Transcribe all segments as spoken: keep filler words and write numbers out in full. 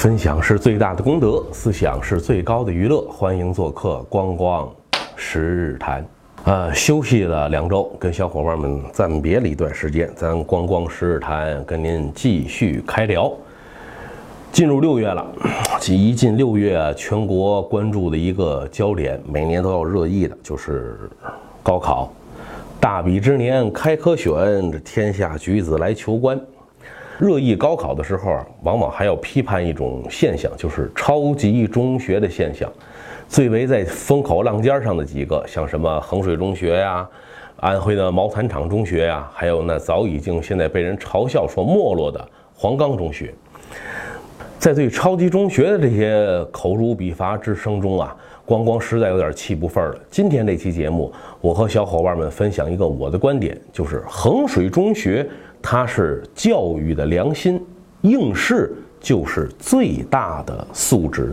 分享是最大的功德，思想是最高的娱乐。欢迎做客光光十日谈。呃，休息了两周，跟小伙伴们暂别了一段时间，咱光光十日谈跟您继续开聊。进入六月了，一进六月，全国关注的一个焦点，每年都要热议的就是高考。大比之年开科选，这天下举子来求官。热议高考的时候啊，往往还要批判一种现象，就是超级中学的现象。最为在风口浪尖上的几个，像什么衡水中学呀、安徽的毛坦厂中学呀，还有那早已经现在被人嘲笑说没落的黄冈中学。在对超级中学的这些口诛笔伐之声中啊，光光实在有点气不愤了。今天这期节目，我和小伙伴们分享一个我的观点，就是衡水中学它是教育的良心，应试就是最大的素质。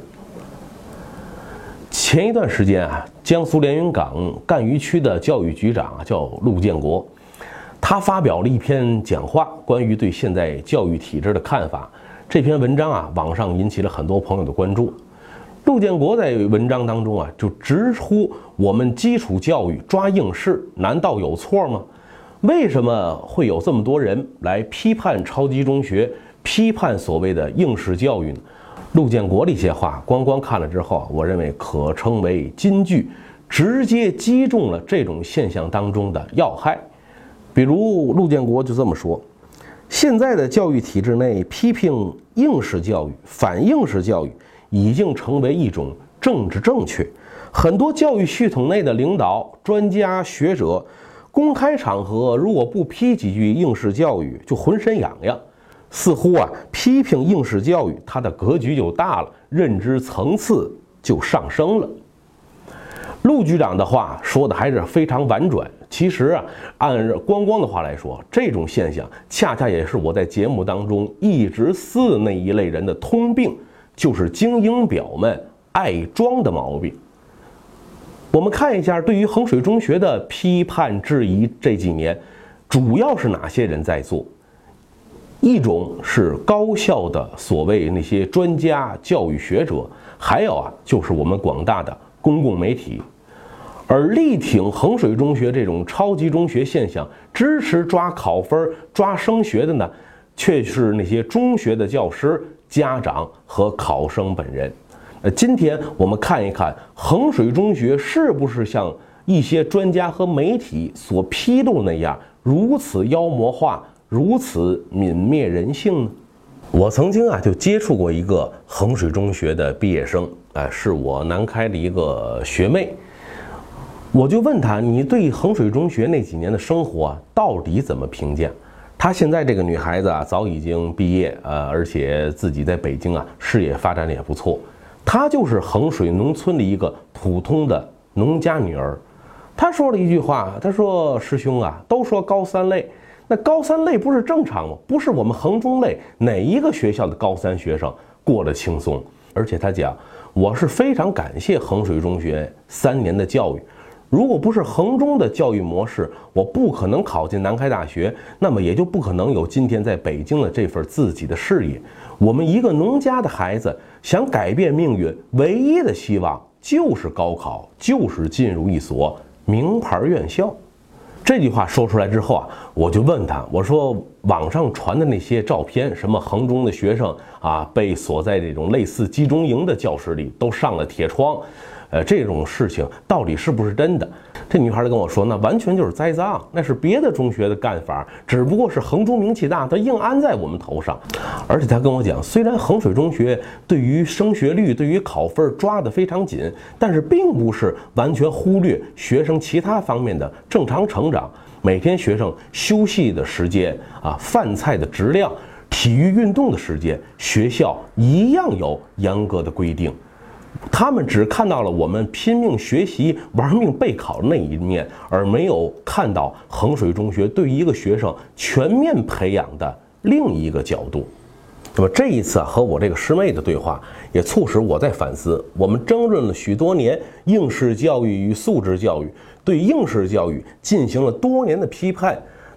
前一段时间啊，江苏连云港赣榆区的教育局长啊叫陆建国，他发表了一篇讲话，关于对现在教育体制的看法。这篇文章啊，网上引起了很多朋友的关注。陆建国在文章当中啊，就直呼我们基础教育抓应试，难道有错吗？为什么会有这么多人来批判超级中学，批判所谓的应试教育呢？陆建国这些话，光光看了之后，我认为可称为金句，直接击中了这种现象当中的要害。比如陆建国就这么说：现在的教育体制内批评应试教育、反应试教育已经成为一种政治正确，很多教育系统内的领导、专家学者公开场合如果不批几句应试教育就浑身痒痒，似乎啊批评应试教育它的格局就大了，认知层次就上升了。陆局长的话说的还是非常婉转，其实啊按光光的话来说，这种现象恰恰也是我在节目当中一直撕的那一类人的通病，就是精英表们爱装的毛病。我们看一下对于衡水中学的批判质疑，这几年主要是哪些人在做？一种是高校的所谓那些专家、教育学者，还有啊就是我们广大的公共媒体。而力挺衡水中学这种超级中学现象，支持抓考分、抓升学的呢，却是那些中学的教师、家长和考生本人。呃，今天我们看一看衡水中学是不是像一些专家和媒体所披露那样，如此妖魔化，如此泯灭人性呢？我曾经啊就接触过一个衡水中学的毕业生，啊、呃，是我南开的一个学妹。我就问她，你对衡水中学那几年的生活啊，到底怎么评价？她现在这个女孩子啊，早已经毕业，呃，而且自己在北京啊，事业发展的也不错。她就是衡水农村的一个普通的农家女儿。她说了一句话，她说：“师兄啊，都说高三类，那高三类不是正常吗？不是我们衡中类哪一个学校的高三学生过得轻松？”而且她讲，我是非常感谢衡水中学三年的教育。如果不是衡中的教育模式，我不可能考进南开大学，那么也就不可能有今天在北京的这份自己的事业。我们一个农家的孩子想改变命运，唯一的希望就是高考，就是进入一所名牌院校。这句话说出来之后啊，我就问他，我说网上传的那些照片，什么衡中的学生啊被锁在这种类似集中营的教室里，都上了铁窗，呃，这种事情到底是不是真的？这女孩就跟我说，那完全就是栽赃，那是别的中学的干法，只不过是衡中名气大，它硬安在我们头上。而且她跟我讲，虽然衡水中学对于升学率、对于考分抓得非常紧，但是并不是完全忽略学生其他方面的正常成长。每天学生休息的时间啊，饭菜的质量、体育运动的时间，学校一样有严格的规定。他们只看到了我们拼命学习、玩命备考的那一面，而没有看到衡水中学对于一个学生全面培养的另一个角度。那么这一次啊，和我这个师妹的对话，也促使我在反思，我们争论了许多年应试教育与素质教育，对应试教育进行了多年的批判，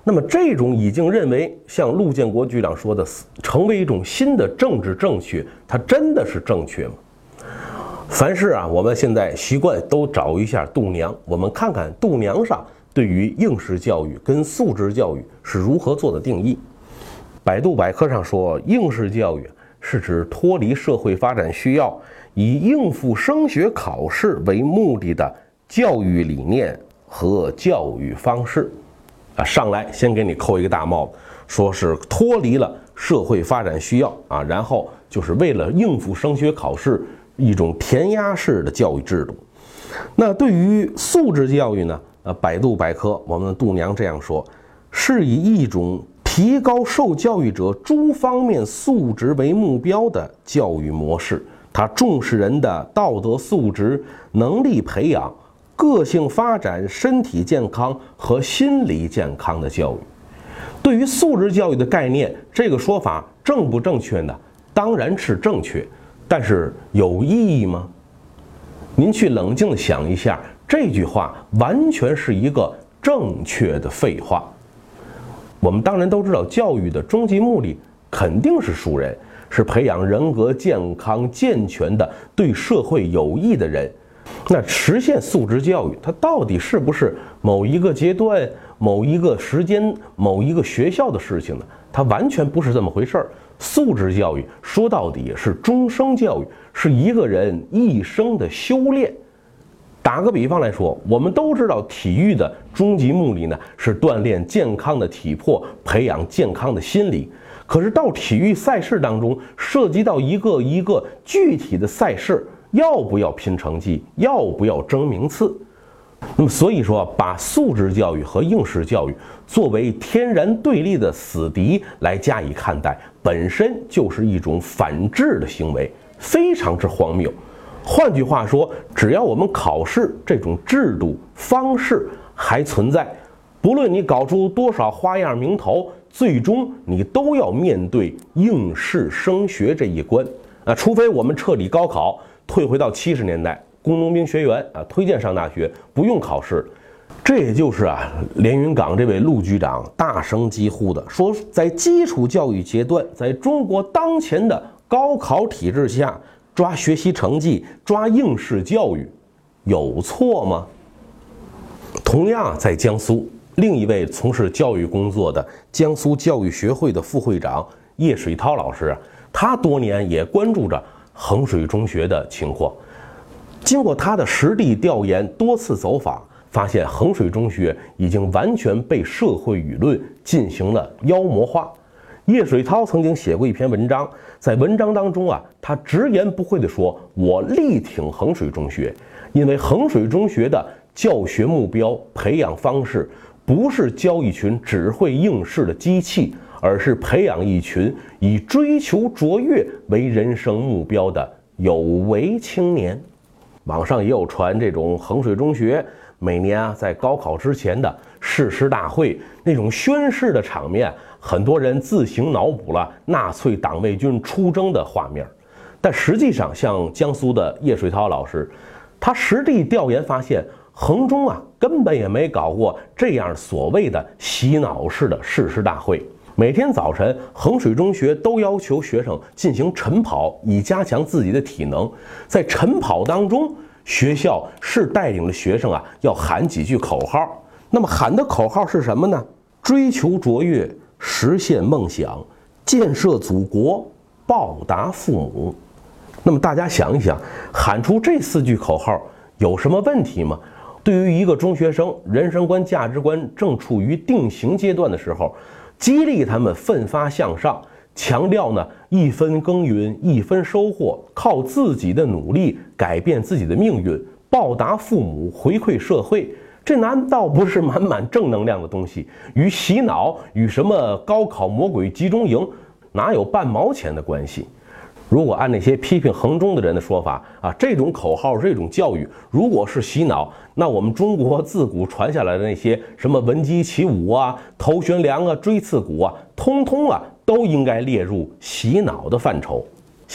那么这种已经认为像陆建国局长说的，成为一种新的政治正确，它真的是正确吗？凡事啊，我们现在习惯都找一下度娘，我们看看度娘上对于应试教育跟素质教育是如何做的定义。百度百科上说，应试教育是指脱离社会发展需要，以应付升学考试为目的的教育理念和教育方式。啊，上来先给你扣一个大帽子，说是脱离了社会发展需要啊，然后就是为了应付升学考试，一种填鸭式的教育制度。那对于素质教育呢？呃，百度百科我们的度娘这样说，是以一种提高受教育者诸方面素质为目标的教育模式，它重视人的道德素质、能力培养、个性发展、身体健康和心理健康的教育。对于素质教育的概念，这个说法正不正确呢？当然是正确，但是有意义吗？您去冷静地想一下，这句话完全是一个正确的废话。我们当然都知道，教育的终极目的肯定是树人，是培养人格健康健全的、对社会有益的人。那实现素质教育，它到底是不是某一个阶段、某一个时间、某一个学校的事情呢？它完全不是这么回事儿。素质教育说到底是终生教育，是一个人一生的修炼。打个比方来说，我们都知道体育的终极目的呢是锻炼健康的体魄，培养健康的心理。可是到体育赛事当中，涉及到一个一个具体的赛事，要不要拼成绩，要不要争名次？那么所以说，把素质教育和应试教育作为天然对立的死敌来加以看待，本身就是一种反智的行为，非常之荒谬。换句话说，只要我们考试这种制度方式还存在，不论你搞出多少花样名头，最终你都要面对应试升学这一关啊！除非我们彻底高考，退回到七十年代，工农兵学员啊推荐上大学，不用考试。这也就是啊，连云港这位陆局长大声疾呼的，说在基础教育阶段，在中国当前的高考体制下，抓学习成绩，抓应试教育，有错吗？同样在江苏，另一位从事教育工作的江苏教育学会的副会长叶水涛老师，他多年也关注着衡水中学的情况。经过他的实地调研，多次走访，发现衡水中学已经完全被社会舆论进行了妖魔化。叶水涛曾经写过一篇文章，在文章当中啊，他直言不讳地说：“我力挺衡水中学，因为衡水中学的教学目标、培养方式，不是教一群只会应试的机器，而是培养一群以追求卓越为人生目标的有为青年。”网上也有传这种衡水中学每年啊在高考之前的誓师大会那种宣誓的场面，很多人自行脑补了纳粹党卫军出征的画面。但实际上，像江苏的叶水涛老师，他实地调研发现，衡中啊根本也没搞过这样所谓的洗脑式的誓师大会。每天早晨，衡水中学都要求学生进行晨跑，以加强自己的体能。在晨跑当中，学校是带领着学生啊要喊几句口号。那么喊的口号是什么呢？追求卓越，实现梦想，建设祖国，报答父母。那么大家想一想，喊出这四句口号有什么问题吗？对于一个中学生，人生观、价值观正处于定型阶段的时候，激励他们奋发向上，强调呢一分耕耘一分收获，靠自己的努力改变自己的命运，报答父母，回馈社会，这难道不是满满正能量的东西？与洗脑与什么高考魔鬼集中营哪有半毛钱的关系？如果按那些批评衡中的人的说法啊，这种口号、这种教育，如果是洗脑，那我们中国自古传下来的那些什么闻鸡起舞啊、头悬梁啊、锥刺股啊，通通啊都应该列入洗脑的范畴。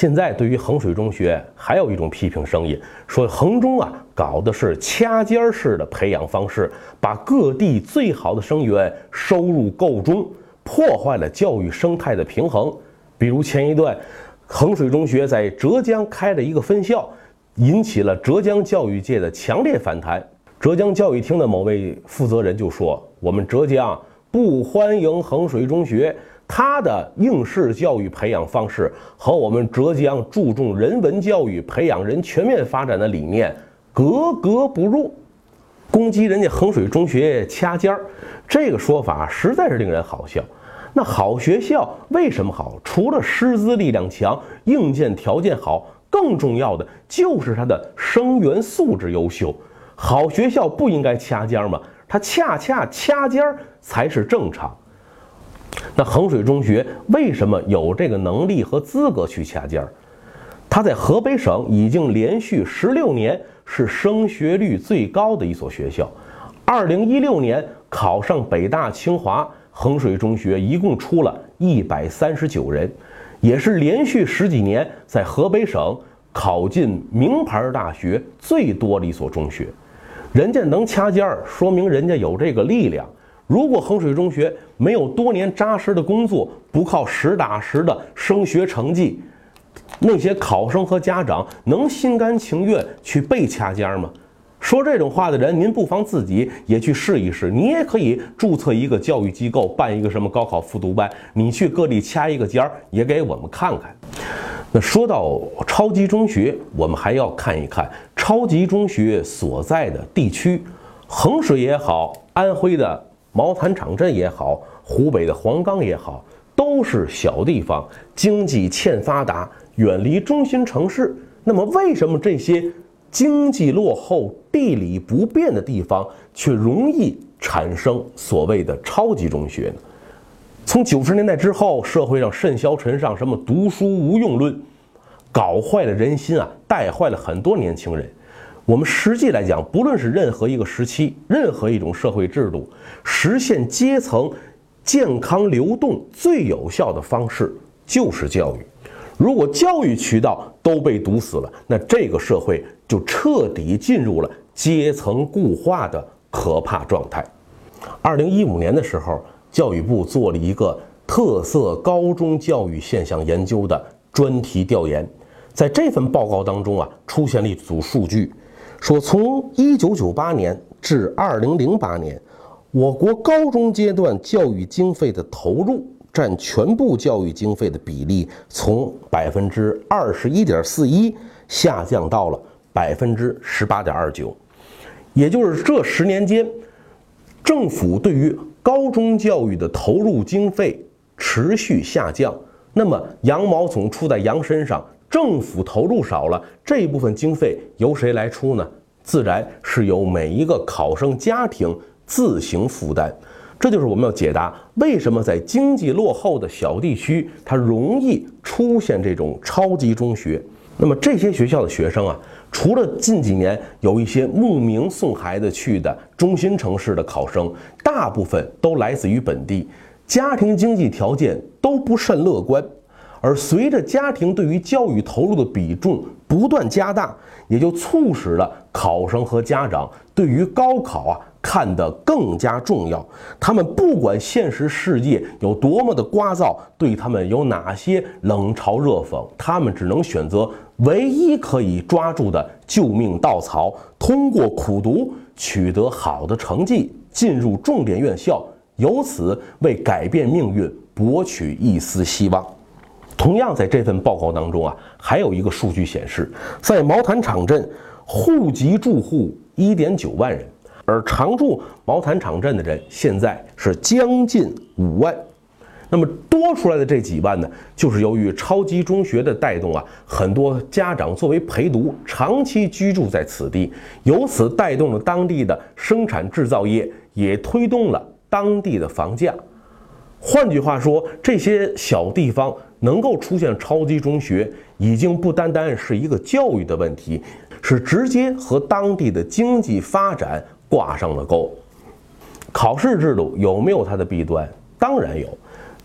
现在对于衡水中学还有一种批评声音，说衡中啊搞的是掐尖式的培养方式，把各地最好的生源收入构中，破坏了教育生态的平衡。比如前一段，衡水中学在浙江开了一个分校，引起了浙江教育界的强烈反弹。浙江教育厅的某位负责人就说：“我们浙江不欢迎衡水中学。”他的应试教育培养方式和我们浙江注重人文教育、培养人全面发展的理念格格不入，攻击人家衡水中学掐尖儿，这个说法实在是令人好笑。那好学校为什么好？除了师资力量强、硬件条件好，更重要的就是它的生源素质优秀。好学校不应该掐尖儿吗？它恰恰掐尖儿才是正常。那衡水中学为什么有这个能力和资格去掐尖儿？它在河北省已经连续十六年是升学率最高的一所学校。二零一六年考上北大清华，衡水中学一共出了一百三十九人，也是连续十几年在河北省考进名牌大学最多的一所中学。人家能掐尖儿，说明人家有这个力量。如果衡水中学没有多年扎实的工作，不靠实打实的升学成绩，那些考生和家长能心甘情愿去被掐尖吗？说这种话的人，您不妨自己也去试一试。你也可以注册一个教育机构，办一个什么高考复读班，你去各地掐一个尖儿，也给我们看看。那说到超级中学，我们还要看一看超级中学所在的地区，衡水也好，安徽的毛坦厂镇也好，湖北的黄冈也好，都是小地方，经济欠发达，远离中心城市。那么为什么这些经济落后、地理不便的地方却容易产生所谓的超级中学呢？从九十年代之后，社会上甚嚣尘上什么读书无用论，搞坏了人心啊，带坏了很多年轻人。我们实际来讲，不论是任何一个时期，任何一种社会制度，实现阶层健康流动最有效的方式就是教育。如果教育渠道都被堵死了，那这个社会就彻底进入了阶层固化的可怕状态。二零一五年的时候，教育部做了一个特色高中教育现象研究的专题调研，在这份报告当中啊，出现了一组数据。说从一九九八年至二零零八年，我国高中阶段教育经费的投入占全部教育经费的比例从百分之二十一点四一下降到了百分之十八点二九，也就是这十年间，政府对于高中教育的投入经费持续下降。那么羊毛总出在羊身上，政府投入少了，这一部分经费由谁来出呢？自然是由每一个考生家庭自行负担。这就是我们要解答为什么在经济落后的小地区，它容易出现这种超级中学。那么这些学校的学生啊，除了近几年有一些慕名送孩子去的中心城市的考生，大部分都来自于本地，家庭经济条件都不甚乐观。而随着家庭对于教育投入的比重不断加大，也就促使了考生和家长对于高考啊看得更加重要。他们不管现实世界有多么的聒噪，对他们有哪些冷嘲热讽，他们只能选择唯一可以抓住的救命稻草，通过苦读取得好的成绩，进入重点院校，由此为改变命运博取一丝希望。同样在这份报告当中啊，还有一个数据显示，在毛坦厂镇户籍住户 一点九万人，而常住毛坦厂镇的人现在是将近五万。那么多出来的这几万呢，就是由于超级中学的带动啊，很多家长作为陪读长期居住在此地，由此带动了当地的生产制造业，也推动了当地的房价。换句话说，这些小地方能够出现超级中学，已经不单单是一个教育的问题，是直接和当地的经济发展挂上了钩。考试制度有没有它的弊端？当然有，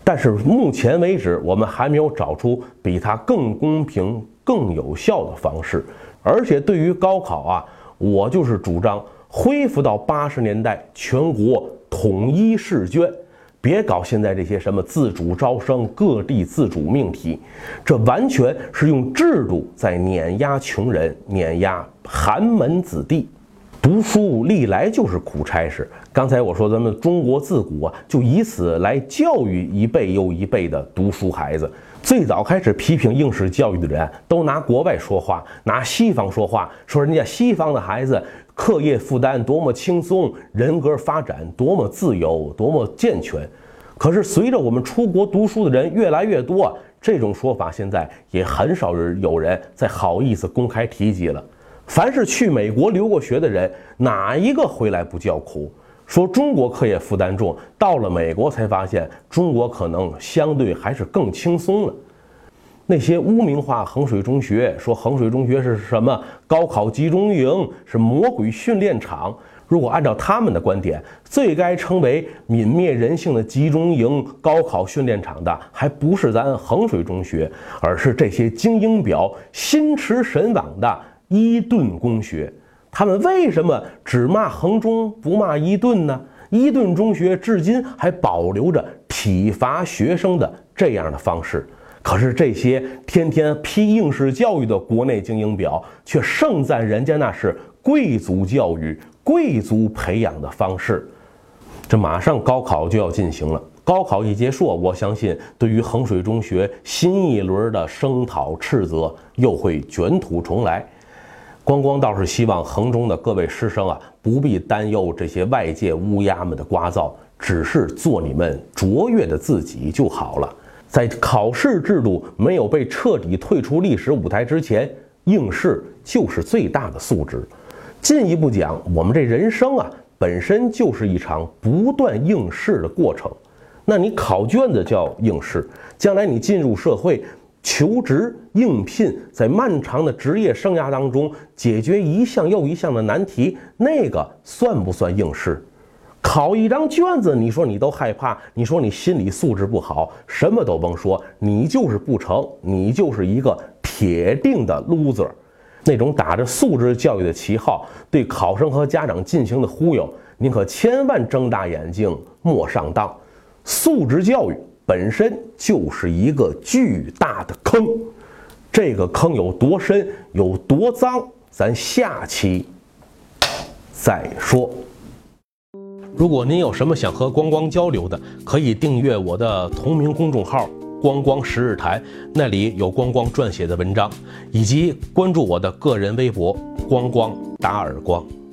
但是目前为止，我们还没有找出比它更公平、更有效的方式。而且对于高考啊，我就是主张恢复到八十年代全国统一试卷，别搞现在这些什么自主招生、各地自主命题，这完全是用制度在碾压穷人、碾压寒门子弟。读书历来就是苦差事。刚才我说咱们中国自古啊，就以此来教育一辈又一辈的读书孩子。最早开始批评应试教育的人，都拿国外说话，拿西方说话，说人家西方的孩子课业负担多么轻松，人格发展多么自由，多么健全。可是随着我们出国读书的人越来越多，这种说法现在也很少有人再好意思公开提及了。凡是去美国留过学的人，哪一个回来不叫苦？说中国课业负担重，到了美国才发现中国可能相对还是更轻松了。那些污名化衡水中学，说衡水中学是什么高考集中营，是魔鬼训练场。如果按照他们的观点，最该称为泯灭人性的集中营、高考训练场的，还不是咱衡水中学，而是这些精英表、心驰神往的伊顿公学。他们为什么只骂衡中不骂伊顿呢？伊顿中学至今还保留着体罚学生的这样的方式。可是这些天天批应试教育的国内精英表，却盛赞人家那是贵族教育、贵族培养的方式。这马上高考就要进行了，高考一结束，我相信对于衡水中学新一轮的声讨斥责又会卷土重来。光光倒是希望衡中的各位师生啊，不必担忧这些外界乌鸦们的聒噪，只是做你们卓越的自己就好了。在考试制度没有被彻底退出历史舞台之前，应试就是最大的素质。进一步讲，我们这人生啊，本身就是一场不断应试的过程。那你考卷子叫应试，将来你进入社会求职应聘，在漫长的职业生涯当中解决一项又一项的难题，那个算不算应试？考一张卷子，你说你都害怕，你说你心理素质不好，什么都甭说，你就是不成，你就是一个铁定的 loser。 那种打着素质教育的旗号对考生和家长进行的忽悠，您可千万睁大眼睛莫上当。素质教育本身就是一个巨大的坑，这个坑有多深有多脏，咱下期再说。如果您有什么想和光光交流的，可以订阅我的同名公众号光光十日谈，那里有光光撰写的文章，以及关注我的个人微博光光打耳光。